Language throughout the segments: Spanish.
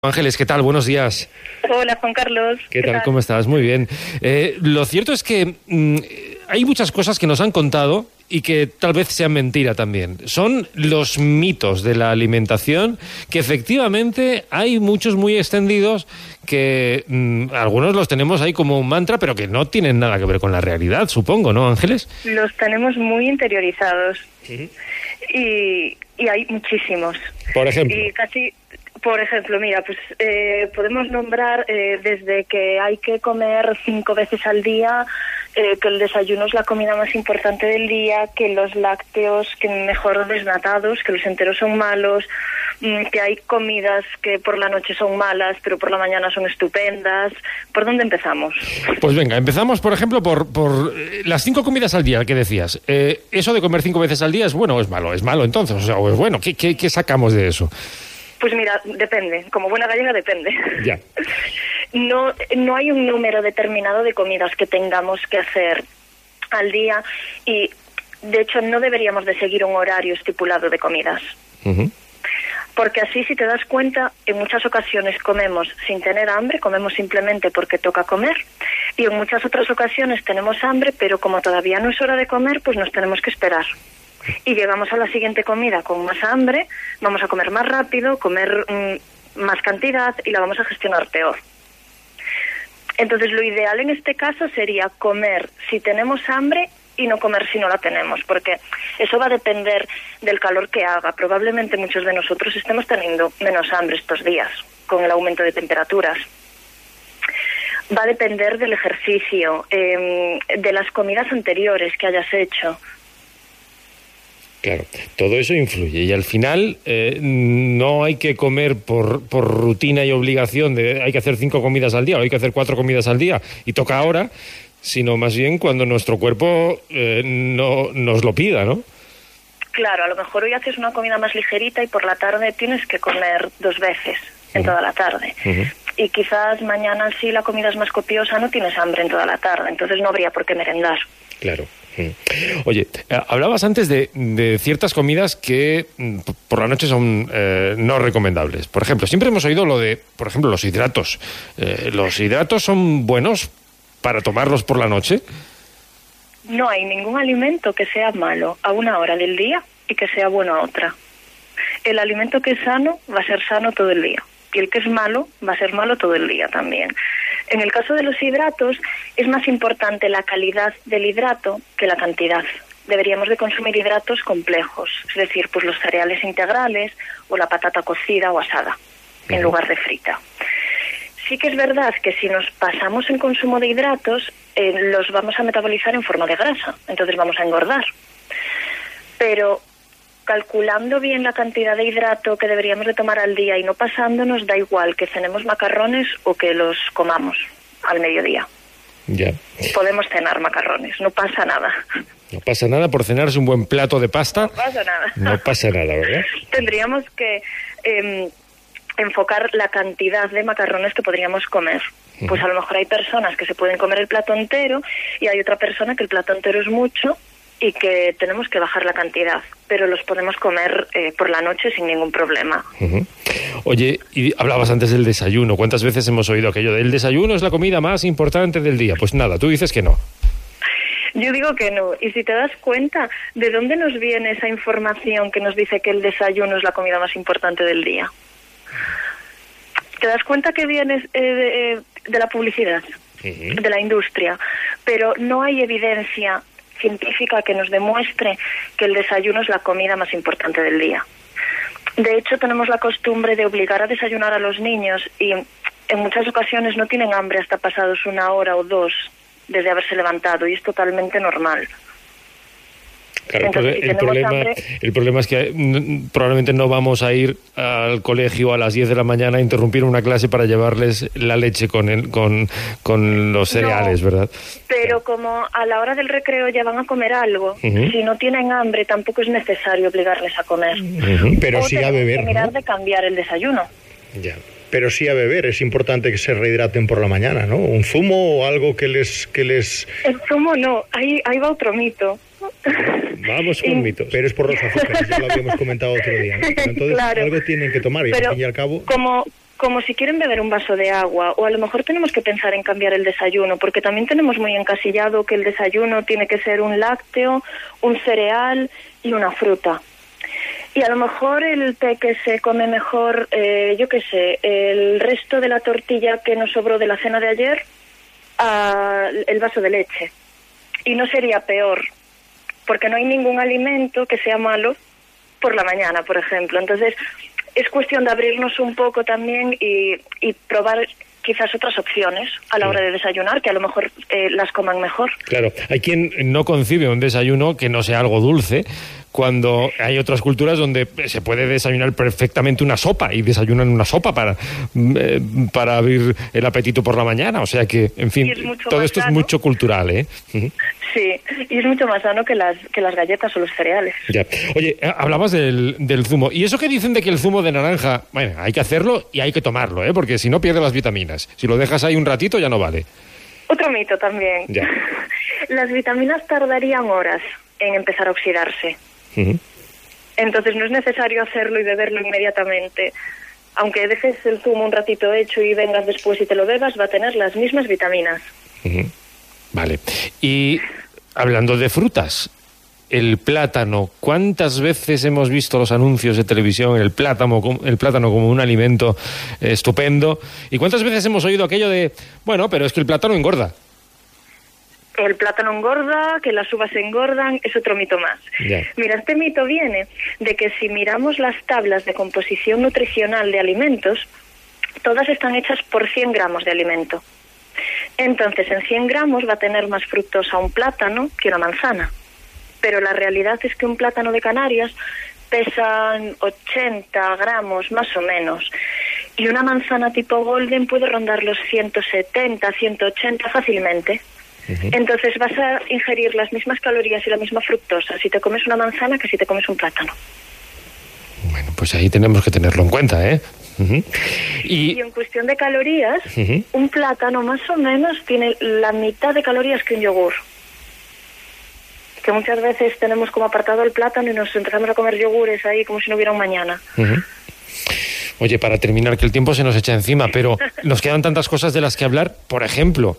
Ángeles, ¿qué tal? Buenos días. Hola, Juan Carlos. ¿Qué tal? ¿Cómo estás? Muy bien. Lo cierto es que hay muchas cosas que nos han contado y que tal vez sean mentira también. Son los mitos de la alimentación, que efectivamente hay muchos muy extendidos que algunos los tenemos ahí como un mantra, pero que no tienen nada que ver con la realidad, supongo, ¿no, Ángeles? Los tenemos muy interiorizados. Y hay muchísimos. Por ejemplo. Por ejemplo, mira, pues podemos nombrar desde que hay que comer 5 veces al día, que el desayuno es la comida más importante del día, que los lácteos, que mejor desnatados, que los enteros son malos, que hay comidas que por la noche son malas, pero por la mañana son estupendas. ¿Por dónde empezamos? Pues venga, empezamos, por ejemplo, por las 5 comidas al día que decías. ¿Eso de comer 5 veces al día es bueno o es malo? Es malo, entonces, o sea, o es bueno. ¿Qué sacamos de eso? Pues mira, depende. Como buena gallega, depende. Ya. No hay un número determinado de comidas que tengamos que hacer al día y, de hecho, no deberíamos de seguir un horario estipulado de comidas. Uh-huh. Porque así, si te das cuenta, en muchas ocasiones comemos sin tener hambre, comemos simplemente porque toca comer. Y en muchas otras ocasiones tenemos hambre, pero como todavía no es hora de comer, pues nos tenemos que esperar. Y llegamos a la siguiente comida con más hambre, vamos a comer más rápido, comer más cantidad y la vamos a gestionar peor. Entonces, lo ideal en este caso sería comer si tenemos hambre y no comer si no la tenemos, porque eso va a depender del calor que haga. Probablemente muchos de nosotros estemos teniendo menos hambre estos días, con el aumento de temperaturas. Va a depender del ejercicio, de las comidas anteriores que hayas hecho. Claro, todo eso influye y al final no hay que comer por rutina y obligación de hay que hacer 5 comidas al día o hay que hacer 4 comidas al día y toca ahora, sino más bien cuando nuestro cuerpo no nos lo pida, ¿no? Claro, a lo mejor hoy haces una comida más ligerita y por la tarde tienes que comer 2 veces en toda la tarde. Uh-huh. Y quizás mañana si la comida es más copiosa no tienes hambre en toda la tarde, entonces no habría por qué merendar. Claro. Oye, hablabas antes de ciertas comidas que por la noche son no recomendables. Por ejemplo, siempre hemos oído lo de, por ejemplo, los hidratos. ¿Los hidratos son buenos para tomarlos por la noche? No hay ningún alimento que sea malo a una hora del día y que sea bueno a otra. El alimento que es sano va a ser sano todo el día y el que es malo va a ser malo todo el día también. En el caso de los hidratos, es más importante la calidad del hidrato que la cantidad. Deberíamos de consumir hidratos complejos, es decir, pues los cereales integrales o la patata cocida o asada, en lugar de frita. Sí que es verdad que si nos pasamos en consumo de hidratos, los vamos a metabolizar en forma de grasa, entonces vamos a engordar. Pero calculando bien la cantidad de hidrato que deberíamos de tomar al día y no pasándonos, da igual que cenemos macarrones o que los comamos al mediodía. Ya. Podemos cenar macarrones, no pasa nada. No pasa nada por cenarse un buen plato de pasta. No pasa nada. No pasa nada, ¿verdad? Tendríamos que enfocar la cantidad de macarrones que podríamos comer. Pues a lo mejor hay personas que se pueden comer el plato entero y hay otra persona que el plato entero es mucho y que tenemos que bajar la cantidad, pero los podemos comer por la noche sin ningún problema. Uh-huh. Oye, y hablabas antes del desayuno. ¿Cuántas veces hemos oído aquello de el desayuno es la comida más importante del día? Pues nada, tú dices que no. Yo digo que no. Y si te das cuenta, ¿de dónde nos viene esa información que nos dice que el desayuno es la comida más importante del día? ¿Te das cuenta que viene de la publicidad, uh-huh, de la industria? Pero no hay evidencia científica que nos demuestre que el desayuno es la comida más importante del día. De hecho, tenemos la costumbre de obligar a desayunar a los niños y en muchas ocasiones no tienen hambre hasta pasados 1 hora o 2 desde haberse levantado y es totalmente normal. Claro, entonces, el problema es que probablemente no vamos a ir al colegio a las 10 de la mañana a interrumpir una clase para llevarles la leche con los cereales, ¿verdad? Pero como a la hora del recreo ya van a comer algo, uh-huh, si no tienen hambre tampoco es necesario obligarles a comer. Uh-huh. Pero sí a beber, que mirar, ¿no? De cambiar el desayuno. Ya. Pero sí a beber, es importante que se rehidraten por la mañana, ¿no? Un zumo o algo que les... El zumo no, ahí va otro mito. Vamos con mitos. Pero es por los azúcares, ya lo habíamos comentado otro día, ¿no? Pero entonces claro, algo tienen que tomar y al fin y al cabo... como si quieren beber un vaso de agua, o a lo mejor tenemos que pensar en cambiar el desayuno, porque también tenemos muy encasillado que el desayuno tiene que ser un lácteo, un cereal y una fruta. Y a lo mejor el peque se come mejor, yo qué sé, el resto de la tortilla que nos sobró de la cena de ayer, el vaso de leche. Y no sería peor, porque no hay ningún alimento que sea malo por la mañana, por ejemplo. Entonces, es cuestión de abrirnos un poco también y probar quizás otras opciones a la hora de desayunar, que a lo mejor las coman mejor. Claro, hay quien no concibe un desayuno que no sea algo dulce, cuando hay otras culturas donde se puede desayunar perfectamente una sopa y desayunan una sopa para abrir el apetito por la mañana. O sea que, en fin, todo esto es mucho cultural, ¿eh? Sí, y es mucho más sano que las galletas o los cereales. Ya. Oye, hablabas del zumo. ¿Y eso que dicen de que el zumo de naranja, bueno, hay que hacerlo y hay que tomarlo, porque si no pierde las vitaminas? Si lo dejas ahí un ratito ya no vale. Otro mito también. Ya. Las vitaminas tardarían horas en empezar a oxidarse. Entonces no es necesario hacerlo y beberlo inmediatamente. Aunque dejes el zumo un ratito hecho y vengas después y te lo bebas, va a tener las mismas vitaminas. Vale. Y hablando de frutas, el plátano, ¿cuántas veces hemos visto los anuncios de televisión, el plátano como un alimento estupendo? ¿Y cuántas veces hemos oído aquello de, bueno, pero es que el plátano engorda? El plátano engorda, que las uvas engordan, es otro mito más. Yeah. Mira, este mito viene de que si miramos las tablas de composición nutricional de alimentos, todas están hechas por 100 gramos de alimento. Entonces, en 100 gramos va a tener más fructosa un plátano que una manzana. Pero la realidad es que un plátano de Canarias pesa 80 gramos más o menos. Y una manzana tipo golden puede rondar los 170, 180 fácilmente. Entonces vas a ingerir las mismas calorías y la misma fructosa si te comes una manzana que si te comes un plátano. Bueno, pues ahí tenemos que tenerlo en cuenta, ¿eh? Y en cuestión de calorías, un plátano más o menos tiene la mitad de calorías que un yogur. Que muchas veces tenemos como apartado el plátano y nos empezamos a comer yogures ahí como si no hubiera un mañana. Oye, para terminar, que el tiempo se nos echa encima, pero nos quedan tantas cosas de las que hablar. Por ejemplo,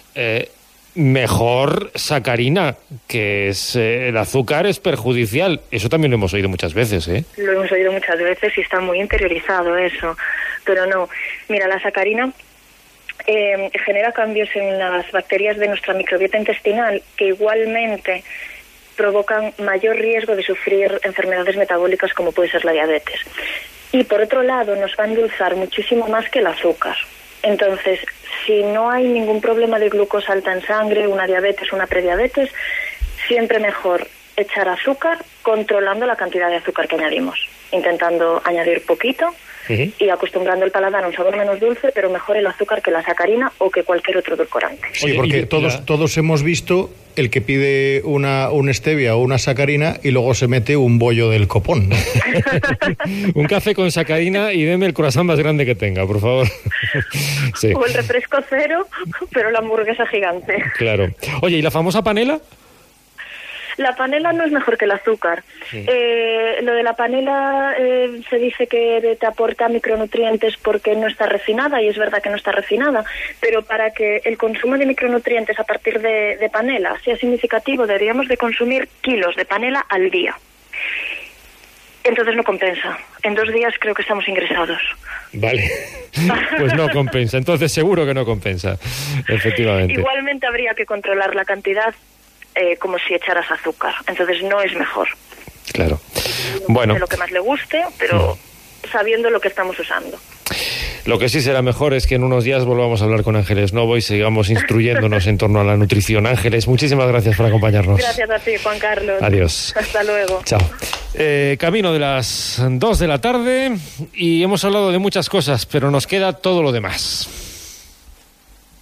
mejor sacarina, que es el azúcar es perjudicial. Eso también lo hemos oído muchas veces, ¿eh? Lo hemos oído muchas veces y está muy interiorizado eso, pero no. Mira, la sacarina genera cambios en las bacterias de nuestra microbiota intestinal que igualmente provocan mayor riesgo de sufrir enfermedades metabólicas como puede ser la diabetes. Y por otro lado, nos va a endulzar muchísimo más que el azúcar. Entonces, si no hay ningún problema de glucosa alta en sangre, una diabetes, una prediabetes, siempre mejor echar azúcar controlando la cantidad de azúcar que añadimos, intentando añadir poquito y acostumbrando el paladar a un sabor menos dulce, pero mejor el azúcar que la sacarina o que cualquier otro edulcorante. Sí, porque todos hemos visto el que pide un stevia o una sacarina y luego se mete un bollo del copón, ¿no? Un café con sacarina y deme el croissant más grande que tenga, por favor. Sí. O el refresco cero, pero la hamburguesa gigante. Claro. Oye, ¿y la famosa panela? La panela no es mejor que el azúcar. Lo de la panela se dice que te aporta micronutrientes porque no está refinada, y es verdad que no está refinada, pero para que el consumo de micronutrientes a partir de panela sea significativo, deberíamos de consumir kilos de panela al día. Entonces no compensa. En 2 días creo que estamos ingresados. Vale. Pues no compensa. Entonces seguro que no compensa. Efectivamente. Igualmente habría que controlar la cantidad como si echaras azúcar. Entonces no es mejor. Claro. Bueno. De lo que más le guste, pero sabiendo lo que estamos usando. Lo que sí será mejor es que en unos días volvamos a hablar con Ángeles Novo y sigamos instruyéndonos en torno a la nutrición. Ángeles, muchísimas gracias por acompañarnos. Gracias a ti, Juan Carlos. Adiós. Hasta luego. Chao. Camino de las 2 de la tarde y hemos hablado de muchas cosas, pero nos queda todo lo demás.